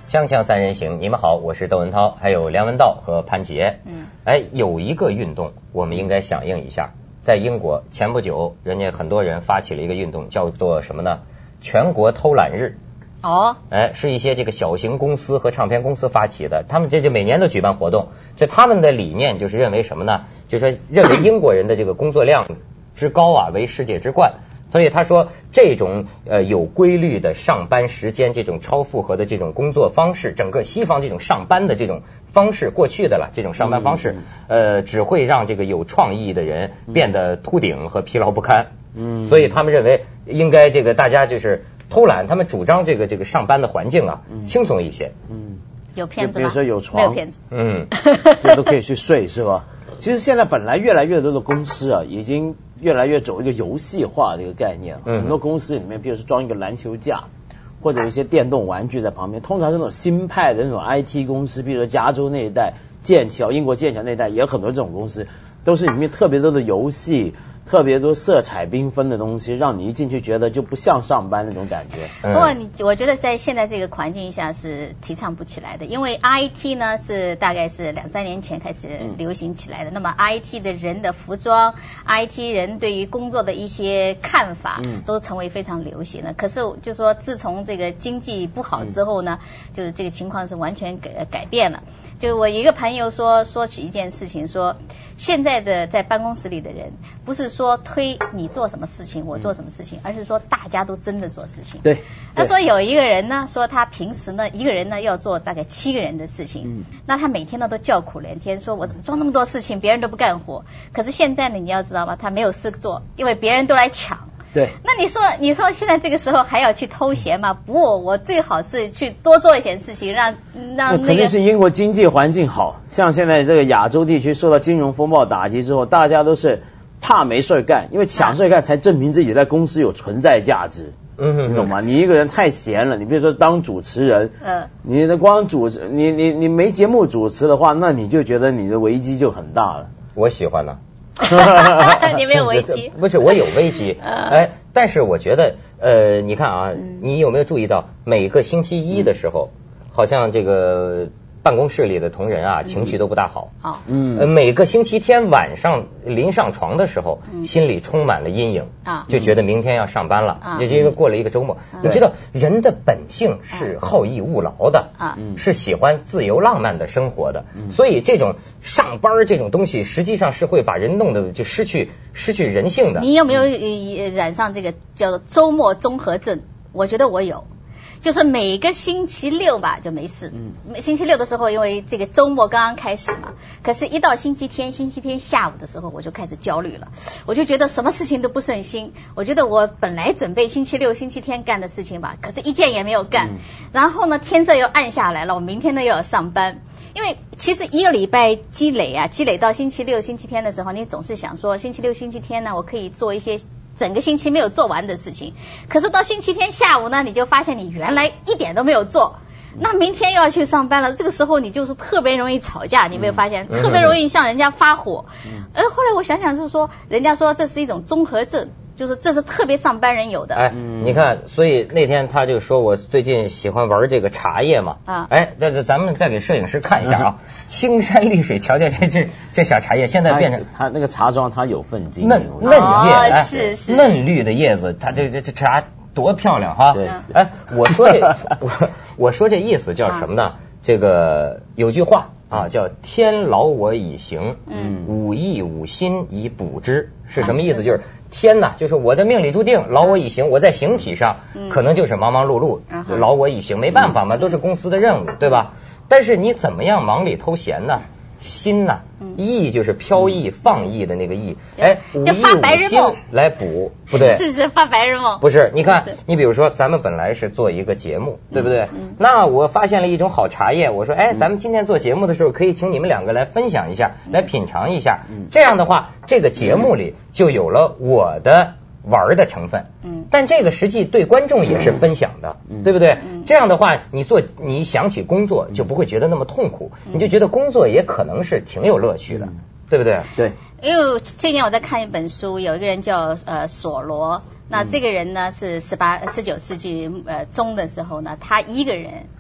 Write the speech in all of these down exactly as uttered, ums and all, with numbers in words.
锵锵三人行，你们好，我是窦文涛，还有梁文道和潘杰。嗯，哎，有一个运动我们应该响应一下，在英国前不久，人家很多人发起了一个运动，叫做什么呢？全国偷懒日。哦，哎，是一些这个小型公司和唱片公司发起的，他们这就每年都举办活动，这他们的理念就是认为什么呢？就是说认为英国人的这个工作量之高啊为世界之冠。所以他说，这种呃有规律的上班时间，这种超负荷的这种工作方式，整个西方这种上班的这种方式，过去的了这种上班方式，呃，只会让这个有创意的人变得秃顶和疲劳不堪。嗯，所以他们认为应该这个大家就是偷懒，他们主张这个这个上班的环境啊轻松一些。 嗯， 有骗子吗？ 比如说有床， 没有骗子。 嗯，这都可以去睡是吧？其实现在本来越来越多的公司啊，已经越来越走一个游戏化的一个概念。嗯，很多公司里面，比如说装一个篮球架，或者一些电动玩具在旁边。通常这种新派的那种 I T 公司，比如说加州那一带、剑桥、英国剑桥那一带，也有很多这种公司，都是里面特别多的游戏。特别多色彩缤纷的东西，让你一进去觉得就不像上班那种感觉。 不过你，我觉得在现在这个环境下是提倡不起来的，因为 I T 呢是大概是两三年前开始流行起来的。嗯、那么 I T 的人的服装 ，I T 人对于工作的一些看法，都成为非常流行的。嗯、可是就说自从这个经济不好之后呢，嗯、就是这个情况是完全改改变了。就我一个朋友说说起一件事情，说现在的在办公室里的人不是说推你做什么事情，我做什么事情，而是说大家都真的做事情。 对。 他说有一个人呢，说他平时呢一个人呢要做大概七个人的事情，嗯、那他每天呢都叫苦连天，说我怎么做那么多事情，别人都不干活。可是现在呢，你要知道吗？他没有事做，因为别人都来抢。 对， 那你说，你说现在这个时候还要去偷闲吗？不，我最好是去多做一些事情，让让那个。 肯定是英国经济环境好，像现在这个亚洲地区受到金融风暴打击之后，大家都是怕没事干，因为抢事干才证明自己在公司有存在价值。嗯，你懂吗？你一个人太闲了，你比如说当主持人，嗯，你的光主持，你你你没节目主持的话，那你就觉得你的危机就很大了。 我喜欢呢。 你没有危机？ 不是，我有危机。哎，但是我觉得，呃，你看啊，你有没有注意到，每个星期一的时候，好像这个办公室里的同仁啊，情绪都不大好。好，嗯，每个星期天晚上临上床的时候，心里充满了阴影啊，就觉得明天要上班了，就因为过了一个周末。你知道，人的本性是好逸恶劳的啊，是喜欢自由浪漫的生活的，所以这种上班这种东西，实际上是会把人弄得就失去失去人性的。 你有没有染上这个叫做周末综合症？我觉得我有。就是每个星期六吧就没事，嗯，星期六的时候因为这个周末刚刚开始嘛，可是一到星期天，星期天下午的时候我就开始焦虑了，我就觉得什么事情都不顺心，我觉得我本来准备星期六、星期天干的事情吧，可是一件也没有干，嗯、然后呢天色又暗下来了，我明天呢又要上班。因为其实一个礼拜积累啊，积累到星期六、星期天的时候，你总是想说星期六、星期天呢，我可以做一些整个星期没有做完的事情。可是到星期天下午呢，你就发现你原来一点都没有做。那明天又要去上班了，这个时候你就是特别容易吵架，你没有发现？嗯、特别容易向人家发火。嗯、而后来我想想，就是说，人家说这是一种综合症。就是这是特别上班人有的。 哎，你看，所以那天他就说我最近喜欢玩这个茶叶嘛。啊。哎，那这咱们再给摄影师看一下啊，嗯、青山绿水，瞧瞧这这这小茶叶，现在变成它那个茶庄它有份金， 嫩嫩叶， 哦、 哎， 是是嫩绿的叶子，它这这这茶多漂亮哈。对。哎，我说这我我说这意思叫什么呢？啊、这个有句话。啊，叫天劳我以行，嗯，吾益吾心以补之，是什么意思？就是天呐，就是我的命里注定，劳我以行，我在形体上可能就是忙忙碌碌，嗯、劳我以行，没办法嘛，都是公司的任务，对吧？但是你怎么样忙里偷闲呢？心呐，逸就是飘逸、放逸的那个逸，哎，吾益吾心来补，不对， 是不是发白日梦？ 不是，你看，你比如说，咱们本来是做一个节目，对不对？那我发现了一种好茶叶，我说，哎，咱们今天做节目的时候，可以请你们两个来分享一下，来品尝一下，这样的话，这个节目里就有了我的玩的成分，嗯，但这个实际对观众也是分享的，嗯、对不对？嗯、这样的话，你做你想起工作就不会觉得那么痛苦，嗯、你就觉得工作也可能是挺有乐趣的，嗯、对不对？ 对。 因为最近我在看一本书，有一个人叫呃索罗，那这个人呢是十八十九世纪呃中的时候呢，他一个人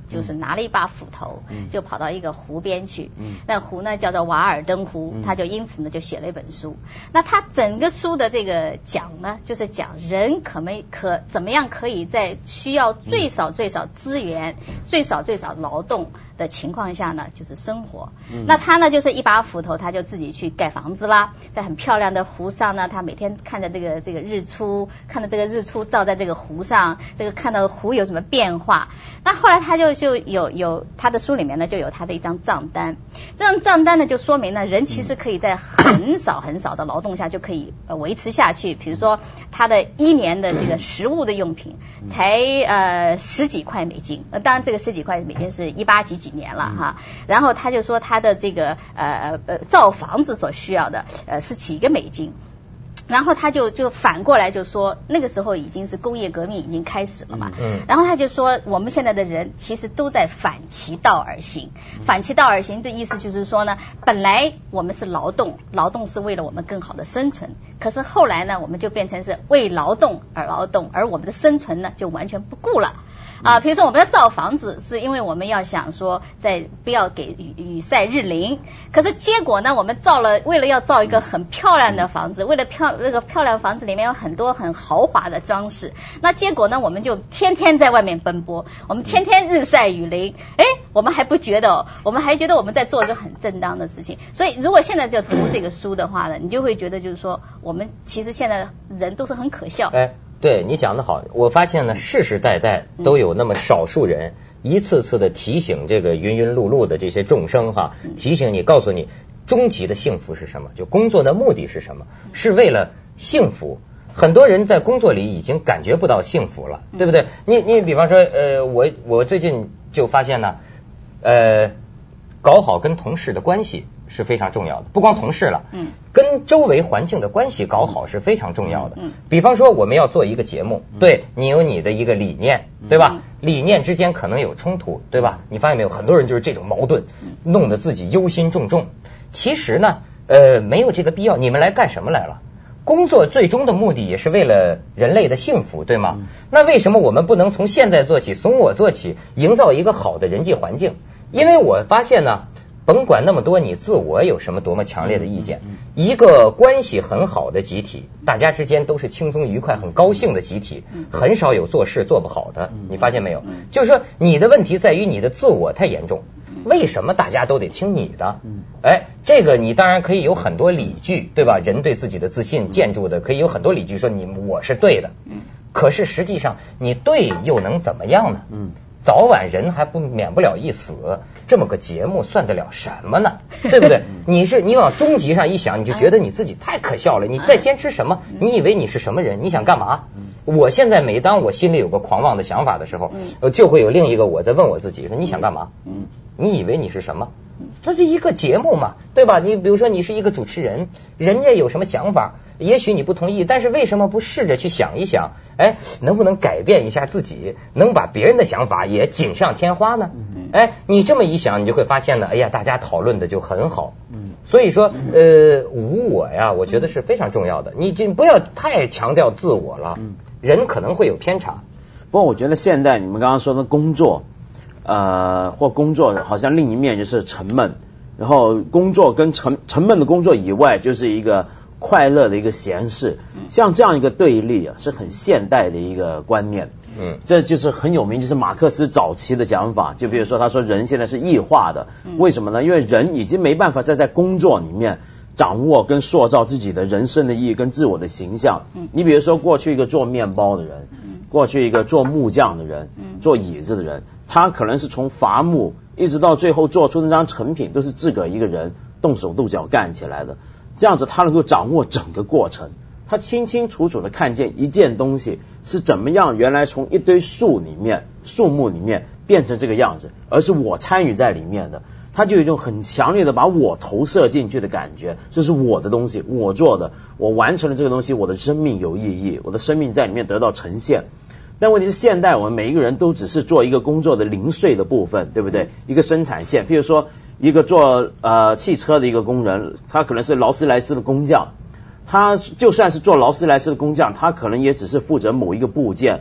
就是拿了一把斧头，就跑到一个湖边去。那湖呢叫做瓦尔登湖，他就因此呢就写了一本书。那他整个书的这个讲呢，就是讲人可没可怎么样可以在需要最少最少资源、最少最少劳动的情况下呢，就是生活。那他呢就是一把斧头，他就自己去盖房子啦，在很漂亮的湖上呢，他每天看着这个这个日出，看着这个日出照在这个湖上，这个看到湖有什么变化。那后来他就就有有他的书里面呢就有他的一张账单，这张账单呢就说明呢人其实可以在很少很少的劳动下就可以呃维持下去。比如说他的一年的这个食物的用品才呃十几块美金，呃当然这个十几块美金是一八几几年了哈。然后他就说他的这个呃呃造房子所需要的呃是几个美金。然后他就就反过来就说，那个时候已经是工业革命已经开始了嘛，嗯，然后他就说我们现在的人其实都在反其道而行，反其道而行的意思就是说呢，本来我们是劳动，劳动是为了我们更好的生存，可是后来呢，我们就变成是为劳动而劳动，而我们的生存呢就完全不顾了。啊，比如说我们要造房子，是因为我们要想说，在不要给雨雨晒日淋。可是结果呢，我们造了，为了要造一个很漂亮的房子，为了漂那个漂亮房子里面有很多很豪华的装饰，那结果呢，我们就天天在外面奔波，我们天天日晒雨淋，哎，我们还不觉得、哦，我们还觉得我们在做一个很正当的事情。所以如果现在就读这个书的话呢，你就会觉得就是说，我们其实现在人都是很可笑。 哎，对你讲得好，我发现呢，世世代代都有那么少数人，一次次的提醒这个芸芸碌碌的这些众生哈，提醒你，告诉你，终极的幸福是什么？就工作的目的是什么？是为了幸福。很多人在工作里已经感觉不到幸福了，对不对？你你比方说，呃，我我最近就发现呢，呃，搞好跟同事的关系是非常重要的，不光同事了，嗯，跟周围环境的关系搞好是非常重要的。嗯，比方说我们要做一个节目，对你有你的一个理念，对吧？理念之间可能有冲突，对吧？你发现没有，很多人就是这种矛盾，弄得自己忧心忡忡。其实呢，呃，没有这个必要。你们来干什么来了？工作最终的目的也是为了人类的幸福，对吗？那为什么我们不能从现在做起，从我做起，营造一个好的人际环境？因为我发现呢，甭管那么多你自我有什么多么强烈的意见，一个关系很好的集体，大家之间都是轻松愉快很高兴的集体，很少有做事做不好的。你发现没有？就是说你的问题在于你的自我太严重，为什么大家都得听你的？哎，这个你当然可以有很多理据，对吧？人对自己的自信建筑的可以有很多理据说你我是对的，可是实际上你对又能怎么样呢？嗯，早晚人还不免不了一死，这么个节目算得了什么呢？对不对？你是你往终极上一想，你就觉得你自己太可笑了。你在坚持什么？你以为你是什么人？你想干嘛？我现在每当我心里有个狂妄的想法的时候，就会有另一个我在问我自己说：你想干嘛？你以为你是什么？这是一个节目嘛，对吧？你比如说你是一个主持人，人家有什么想法，也许你不同意，但是为什么不试着去想一想，哎，能不能改变一下自己，能把别人的想法也锦上添花呢？哎，你这么一想，你就会发现呢，哎呀，大家讨论的就很好。所以说，呃，无我呀，我觉得是非常重要的。你就不要太强调自我了，人可能会有偏差。 不过我觉得现在你们刚刚说的工作。呃，或工作好像另一面就是沉闷，然后工作跟沉沉闷的工作以外，就是一个快乐的一个闲适，像这样一个对立啊，是很现代的一个观念。嗯，这就是很有名，就是马克思早期的讲法。就比如说，他说人现在是异化的，为什么呢？因为人已经没办法再在工作里面掌握跟塑造自己的人生的意义跟自我的形象。你比如说，过去一个做面包的人，过去一个做木匠的人，做椅子的人。他可能是从伐木一直到最后做出那张成品，都是自个儿一个人动手动脚干起来的。这样子他能够掌握整个过程，他清清楚楚的看见一件东西是怎么样原来从一堆树里面树木里面变成这个样子，而是我参与在里面的。他就有一种很强烈的把我投射进去的感觉，这是我的东西，我做的，我完成了这个东西，我的生命有意义，我的生命在里面得到呈现。但问题是，现代我们每一个人都只是做一个工作的零碎的部分，对不对？一个生产线，譬如说一个做呃汽车的一个工人，他可能是劳斯莱斯的工匠，他就算是做劳斯莱斯的工匠，他可能也只是负责某一个部件，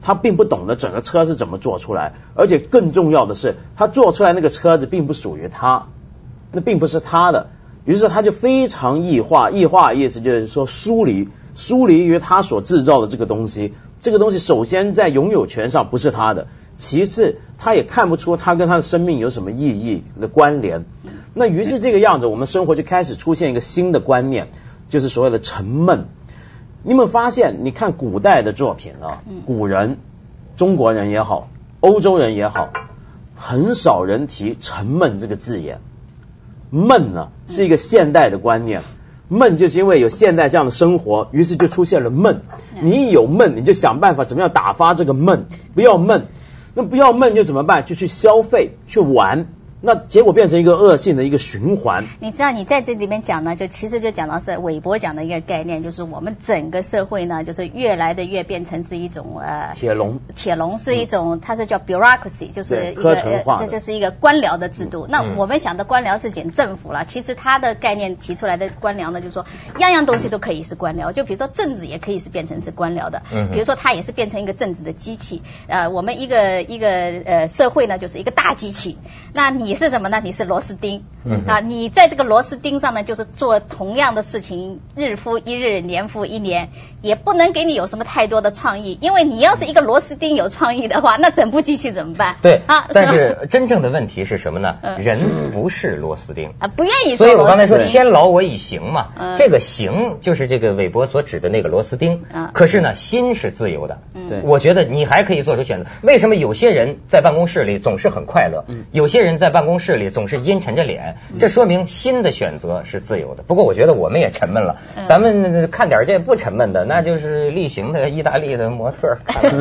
他并不懂得整个车是怎么做出来，而且更重要的是，他做出来那个车子并不属于他，那并不是他的。于是他就非常异化，异化意思就是说疏离，疏离于他所制造的这个东西。这个东西首先在拥有权上不是他的，其次他也看不出他跟他的生命有什么意义的关联。那于是这个样子，我们生活就开始出现一个新的观念，就是所谓的沉闷。你有没有发现，你看古代的作品啊，古人，中国人也好，欧洲人也好，很少人提沉闷这个字眼。闷呢是一个现代的观念，闷就是因为有现代这样的生活，于是就出现了闷。你一有闷，你就想办法怎么样打发这个闷，不要闷。那不要闷就怎么办？就去消费，去玩。那结果变成一个恶性的一个循环。 你知道你在这里面讲呢，就其实就讲到是韦伯讲的一个概念，就是我们整个社会呢，就是越来的越变成是一种呃铁笼， 铁笼是一种，嗯、它是叫 bureaucracy， 就是一个呃、 这就是一个官僚的制度。嗯、那我们想的官僚是讲政府了，其实它的概念提出来的官僚呢，就是说样样东西都可以是官僚，就比如说政治也可以是变成是官僚的，嗯、比如说它也是变成一个政治的机器。呃，我们一个一个呃社会呢，就是一个大机器。那你是什么呢？你是螺丝钉，嗯啊，你在这个螺丝钉上呢，就是做同样的事情，日复一日，年复一年，也不能给你有什么太多的创意，因为你要是一个螺丝钉有创意的话，那整部机器怎么办？ 对，啊，但是真正的问题是什么呢？嗯、人不是螺丝钉啊，不愿意做螺丝钉。 所以我刚才说天劳我以行嘛，嗯、这个行就是这个韦伯所指的那个螺丝钉。嗯、可是呢，心是自由的。对、嗯，我觉得你还可以做出选择。为什么有些人在办公室里总是很快乐，嗯、有些人在办公室里总是阴沉着脸？这说明心的选择是自由的。不过我觉得我们也沉闷了，嗯、咱们看点这不沉闷的，那就是例行的意大利的模特。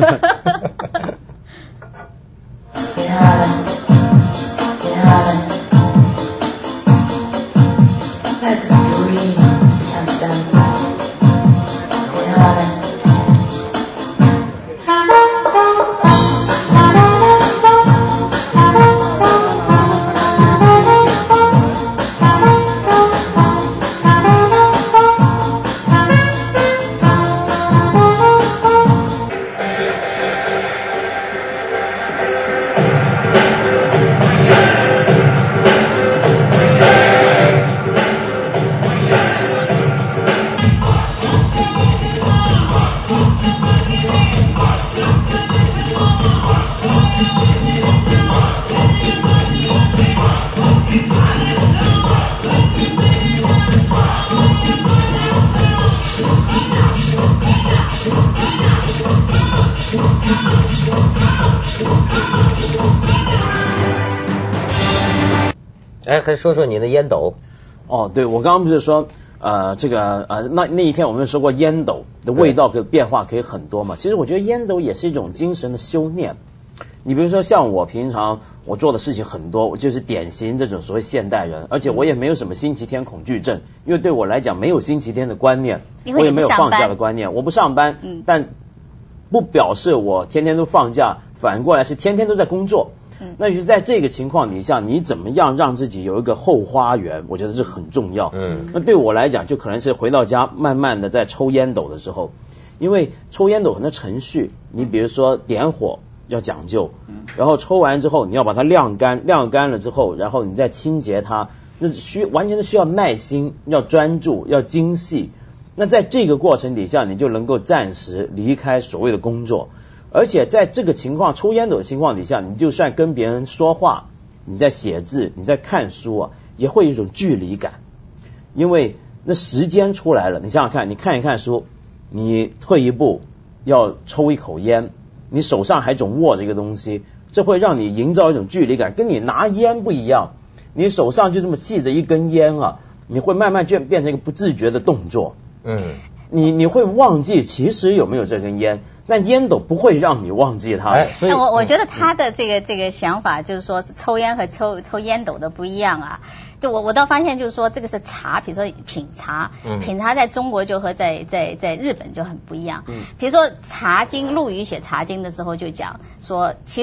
哎，还说说你的烟斗。 哦，对，我刚刚不是说，呃，这个呃，那那一天我们说过烟斗的味道可以变化可以很多嘛。其实我觉得烟斗也是一种精神的修炼。你比如说像我平常我做的事情很多，我就是典型这种所谓现代人，而且我也没有什么星期天恐惧症，因为对我来讲没有星期天的观念，我也没有放假的观念，我不上班，嗯、但不表示我天天都放假，反过来是天天都在工作。那就是在这个情况底下，你怎么样让自己有一个后花园，我觉得这很重要。嗯，那对我来讲，就可能是回到家慢慢的在抽烟斗的时候，因为抽烟斗很多程序，你比如说点火要讲究，然后抽完之后你要把它晾干，晾干了之后，然后你再清洁它，那需完全是需要耐心，要专注，要精细。那在这个过程底下，你就能够暂时离开所谓的工作。而且在这个情况抽烟斗的情况底下，你就算跟别人说话，你在写字，你在看书啊，也会有一种距离感，因为那时间出来了。你想想看，你看一看书，你退一步要抽一口烟，你手上还总握着一个东西，这会让你营造一种距离感，跟你拿烟不一样。你手上就这么系着一根烟啊，你会慢慢就变成一个不自觉的动作。嗯，你你会忘记其实有没有这根烟。那烟斗不会让你忘记它。哎， 所以我我觉得他的这个这个想法就是说是抽烟和抽抽烟斗的不一样啊。就我我倒发现就是说这个是茶，比如说品茶，嗯、品茶在中国就和在在在日本就很不一样。嗯，比如说《茶经》，陆羽写《茶经》的时候就讲说，其实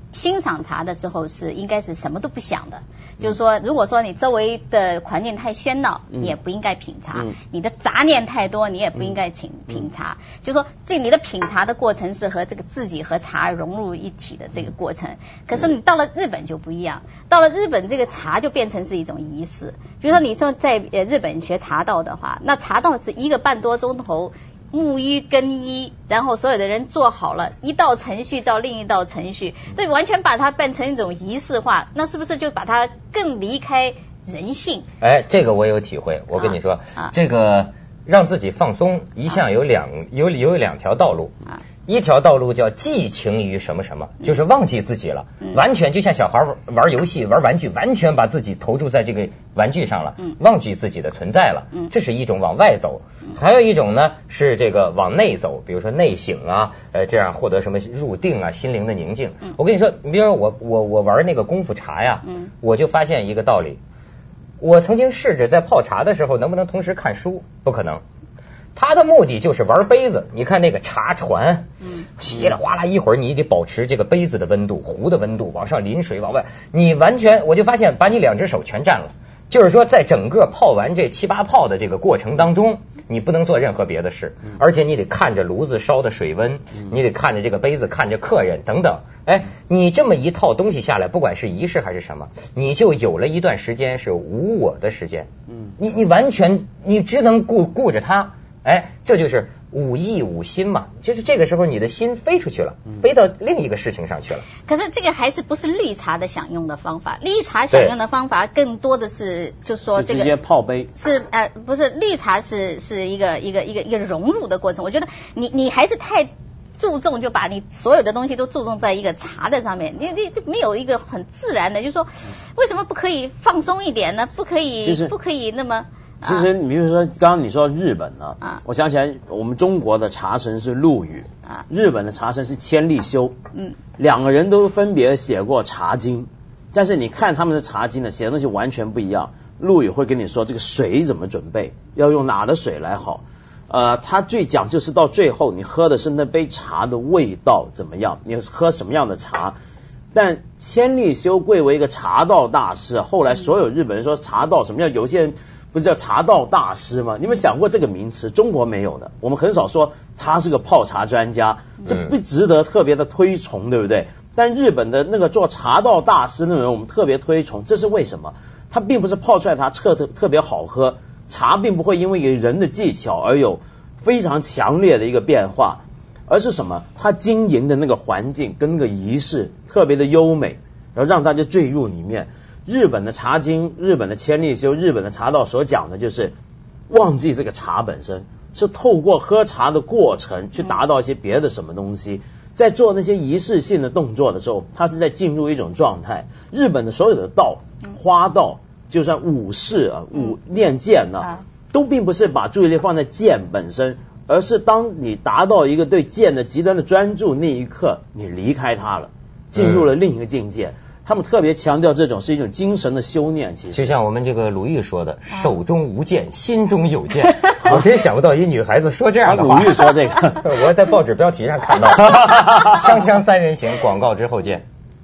欣赏茶的时候是应该是什么都不想的，嗯、就是说，如果说你周围的环境太喧闹，嗯、你也不应该品茶；嗯、你的杂念太多，你也不应该品、嗯、品茶。就是说，这你的品茶的过程是和这个自己和茶融入一体的这个过程。可是你到了日本就不一样，到了日本这个茶就变成是一种仪式。比如说，你说在呃日本学茶道的话，那茶道是一个半多钟头。沐浴更衣，然后所有的人做好了一道程序到另一道程序，对，完全把它办成一种仪式化，那是不是就把它更离开人性？ 哎，这个我有体会。我跟你说，啊啊、这个让自己放松，一向有两、啊、有有两条道路。啊一条道路叫寄情于什么什么，就是忘记自己了，嗯、完全就像小孩玩玩游戏、玩玩具，完全把自己投注在这个玩具上了，嗯、忘记自己的存在了。嗯、这是一种往外走，嗯、还有一种呢是这个往内走，比如说内省啊，呃，这样获得什么入定啊，心灵的宁静。嗯、我跟你说，你比如说我我我玩那个功夫茶呀，嗯、我就发现一个道理，我曾经试着在泡茶的时候能不能同时看书，不可能。他的目的就是玩杯子，你看那个茶船，嗯，稀里哗啦一会儿你得保持这个杯子的温度、壶的温度，往上淋水往外，你完全我就发现把你两只手全占了。就是说，在整个泡完这七八泡的这个过程当中，你不能做任何别的事，而且你得看着炉子烧的水温，你得看着这个杯子，看着客人等等。哎，你这么一套东西下来，不管是仪式还是什么，你就有了一段时间是无我的时间。嗯，你你完全你只能顾顾着它。哎，这就是无意无心嘛，就是这个时候你的心飞出去了，嗯、飞到另一个事情上去了。 可是这个还是不是绿茶的享用的方法？绿茶享用的方法更多的是，就说这个直接泡杯是呃不是绿茶是是一个一个一个一个融入的过程。我觉得你你还是太注重，就把你所有的东西都注重在一个茶的上面，你你没有一个很自然的，就是说为什么不可以放松一点呢？不可以不可以那么。 其实你比如说刚刚你说日本呢，啊，我想起来我们中国的茶神是陆羽，啊，日本的茶神是千利休，嗯，两个人都分别写过茶经，但是你看他们的茶经呢，写的东西完全不一样。陆羽会跟你说这个水怎么准备，要用哪的水来好，呃，他最讲究是到最后你喝的是那杯茶的味道怎么样，你喝什么样的茶。但千利休贵为一个茶道大师，后来所有日本人说茶道什么叫，有些人不是叫茶道大师吗？你们想过这个名词？中国没有的，我们很少说他是个泡茶专家，这不值得特别的推崇，对不对？但日本的那个做茶道大师那种人，我们特别推崇，这是为什么？他并不是泡出来茶特特特别好喝，茶并不会因为一个人的技巧而有非常强烈的一个变化，而是什么？他经营的那个环境跟那个仪式特别的优美，然后让大家坠入里面。日本的茶经，日本的千利休，日本的茶道所讲的就是忘记这个茶本身，是透过喝茶的过程去达到一些别的什么东西。在做那些仪式性的动作的时候，他是在进入一种状态。日本的所有的道，花道，就算武士啊，武练剑啊，都并不是把注意力放在剑本身，而是当你达到一个对剑的极端的专注那一刻，你离开它了，进入了另一个境界。他们特别强调这种是一种精神的修炼，其实就像我们这个鲁豫说的，手中无剑，心中有剑。我真想不到一女孩子说这样的话。 鲁豫说这个， 我在报纸标题上看到。锵锵三人行，广告之后见。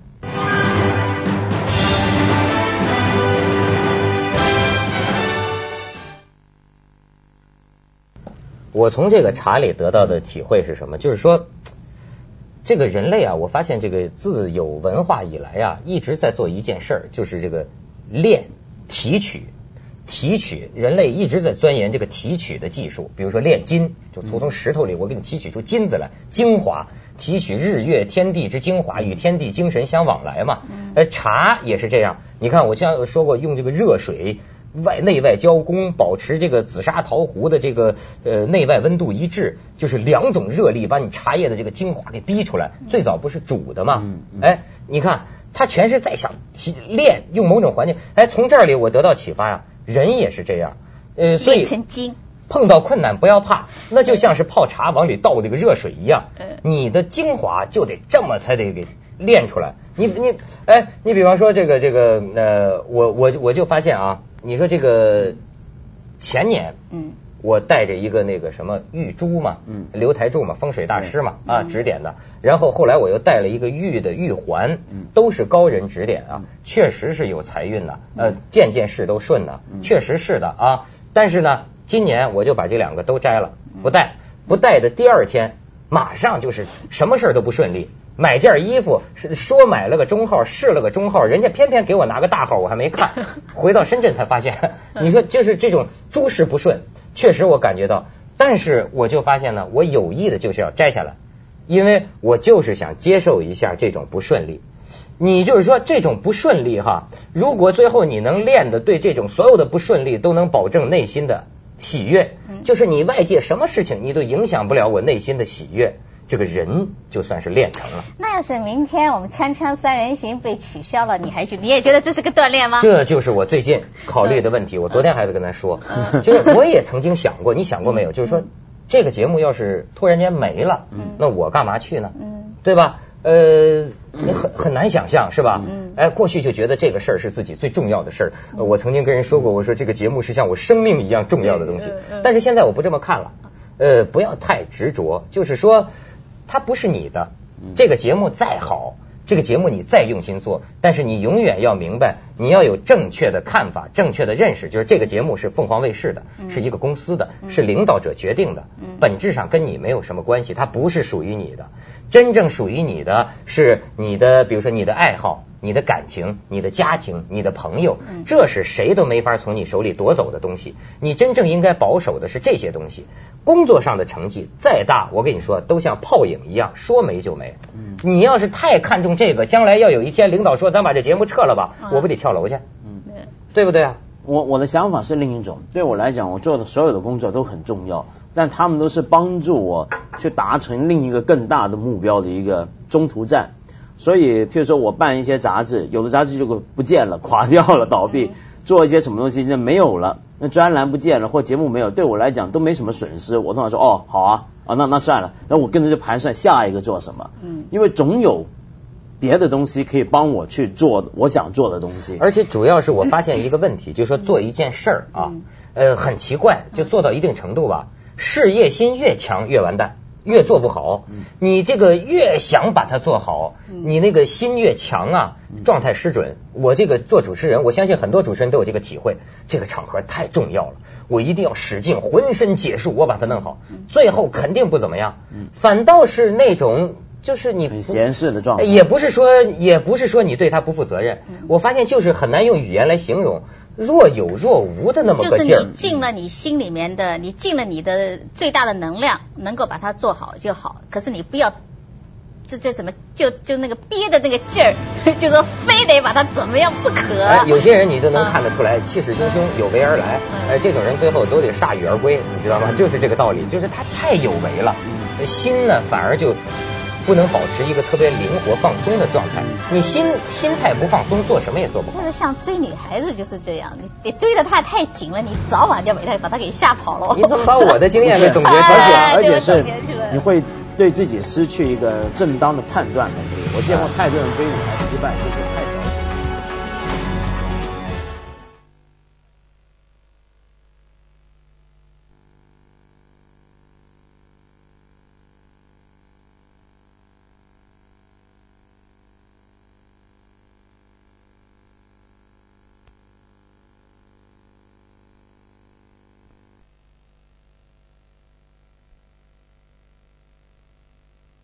我从这个茶里得到的体会是什么？就是说。这个人类啊，我发现这个自有文化以来啊，一直在做一件事儿，就是这个炼提取。提取，人类一直在钻研这个提取的技术，比如说炼金，就从石头里我给你提取出金子来，精华，提取日月天地之精华，与天地精神相往来嘛。呃，茶也是这样，你看我像说过，用这个热水。外内外交工，保持这个紫砂陶壶的这个呃内外温度一致，就是两种热力把你茶叶的这个精华给逼出来。最早不是煮的嘛？嗯嗯、哎，你看它全是在想提炼，用某种环境。哎，从这里我得到启发呀、啊，人也是这样。呃，所以碰到困难不要怕，那就像是泡茶往里倒那个热水一样，你的精华就得这么才得给炼出来。你你哎，你比方说这个这个呃，我我我就发现啊。你说这个前年，嗯， 我带着一个那个什么玉珠嘛，嗯，刘台柱嘛，风水大师嘛，啊，指点的。然后后来我又带了一个玉的玉环，都是高人指点啊，确实是有财运的，呃，件件事都顺的，确实是的啊。但是呢，今年我就把这两个都摘了，不带，不带的第二天，马上就是什么事都不顺利。买件衣服说买了个中号，试了个中号，人家偏偏给我拿个大号，我还没看，回到深圳才发现，你说就是这种诸事不顺，确实我感觉到，但是我就发现呢，我有意的就是要摘下来，因为我就是想接受一下这种不顺利。你就是说这种不顺利哈，如果最后你能练的对这种所有的不顺利都能保证内心的喜悦，就是你外界什么事情你都影响不了我内心的喜悦，这个人就算是练成了。 那要是明天我们锵锵三人行被取消了，你还去？你也觉得这是个锻炼吗？ 这就是我最近考虑的问题。我昨天还在跟他说，就是我也曾经想过，你想过没有？就是说这个节目要是突然间没了，那我干嘛去呢？对吧？呃，你很很难想象是吧？哎，过去就觉得这个事儿是自己最重要的事儿。我曾经跟人说过，我说这个节目是像我生命一样重要的东西。但是现在我不这么看了。呃，不要太执着，就是说它不是你的，这个节目再好，这个节目你再用心做，但是你永远要明白，你要有正确的看法，正确的认识，就是这个节目是凤凰卫视的，是一个公司的，是领导者决定的，本质上跟你没有什么关系，它不是属于你的。真正属于你的是你的，比如说你的爱好，你的感情，你的家庭，你的朋友，这是谁都没法从你手里夺走的东西。你真正应该保守的是这些东西。工作上的成绩再大，我跟你说都像泡影一样，说没就没。你要是太看重这个，将来要有一天领导说咱把这节目撤了吧，我不得跳楼去？嗯，对不对啊？ 我我的想法是另一种，对我来讲，我做的所有的工作都很重要，但他们都是帮助我去达成另一个更大的目标的一个中途站。所以譬如说我办一些杂志，有的杂志就不见了，垮掉了，倒闭，做一些什么东西就没有了，那专栏不见了或节目没有，对我来讲都没什么损失。我通常说哦好啊啊那那算了，那我跟着就盘算下一个做什么，嗯，因为总有别的东西可以帮我去做我想做的东西。 而且主要是我发现一个问题，就是说做一件事儿啊，呃很奇怪，就做到一定程度吧，事业心越强越完蛋，越做不好。你这个越想把它做好，你那个心越强啊，状态失准。我这个做主持人，我相信很多主持人都有这个体会，这个场合太重要了，我一定要使劲浑身解数，我把它弄好，最后肯定不怎么样，反倒是那种就是你很闲适的状态， 也不是说也不是说你对他不负责任，我发现就是很难用语言来形容，若有若无的那么个劲儿。 就是你尽了你心里面的，你尽了你的最大的能量，能够把它做好就好。可是你不要，这这怎么就就那个憋的那个劲儿，就说非得把它怎么样不可。 哎，有些人你都能看得出来，气势汹汹，有为而来。哎，这种人最后都得铩羽而归，你知道吗？就是这个道理，就是他太有为了，心呢反而就不能保持一个特别灵活放松的状态，你心心态不放松，做什么也做不好。 就是像追女孩子就是这样，你你追得她太紧了，你早晚就把她把她给吓跑了。 你怎么把我的经验给总结出来？ 而且而且是你会对自己失去一个正当的判断能力。我见过太多人追女孩失败，就是太早。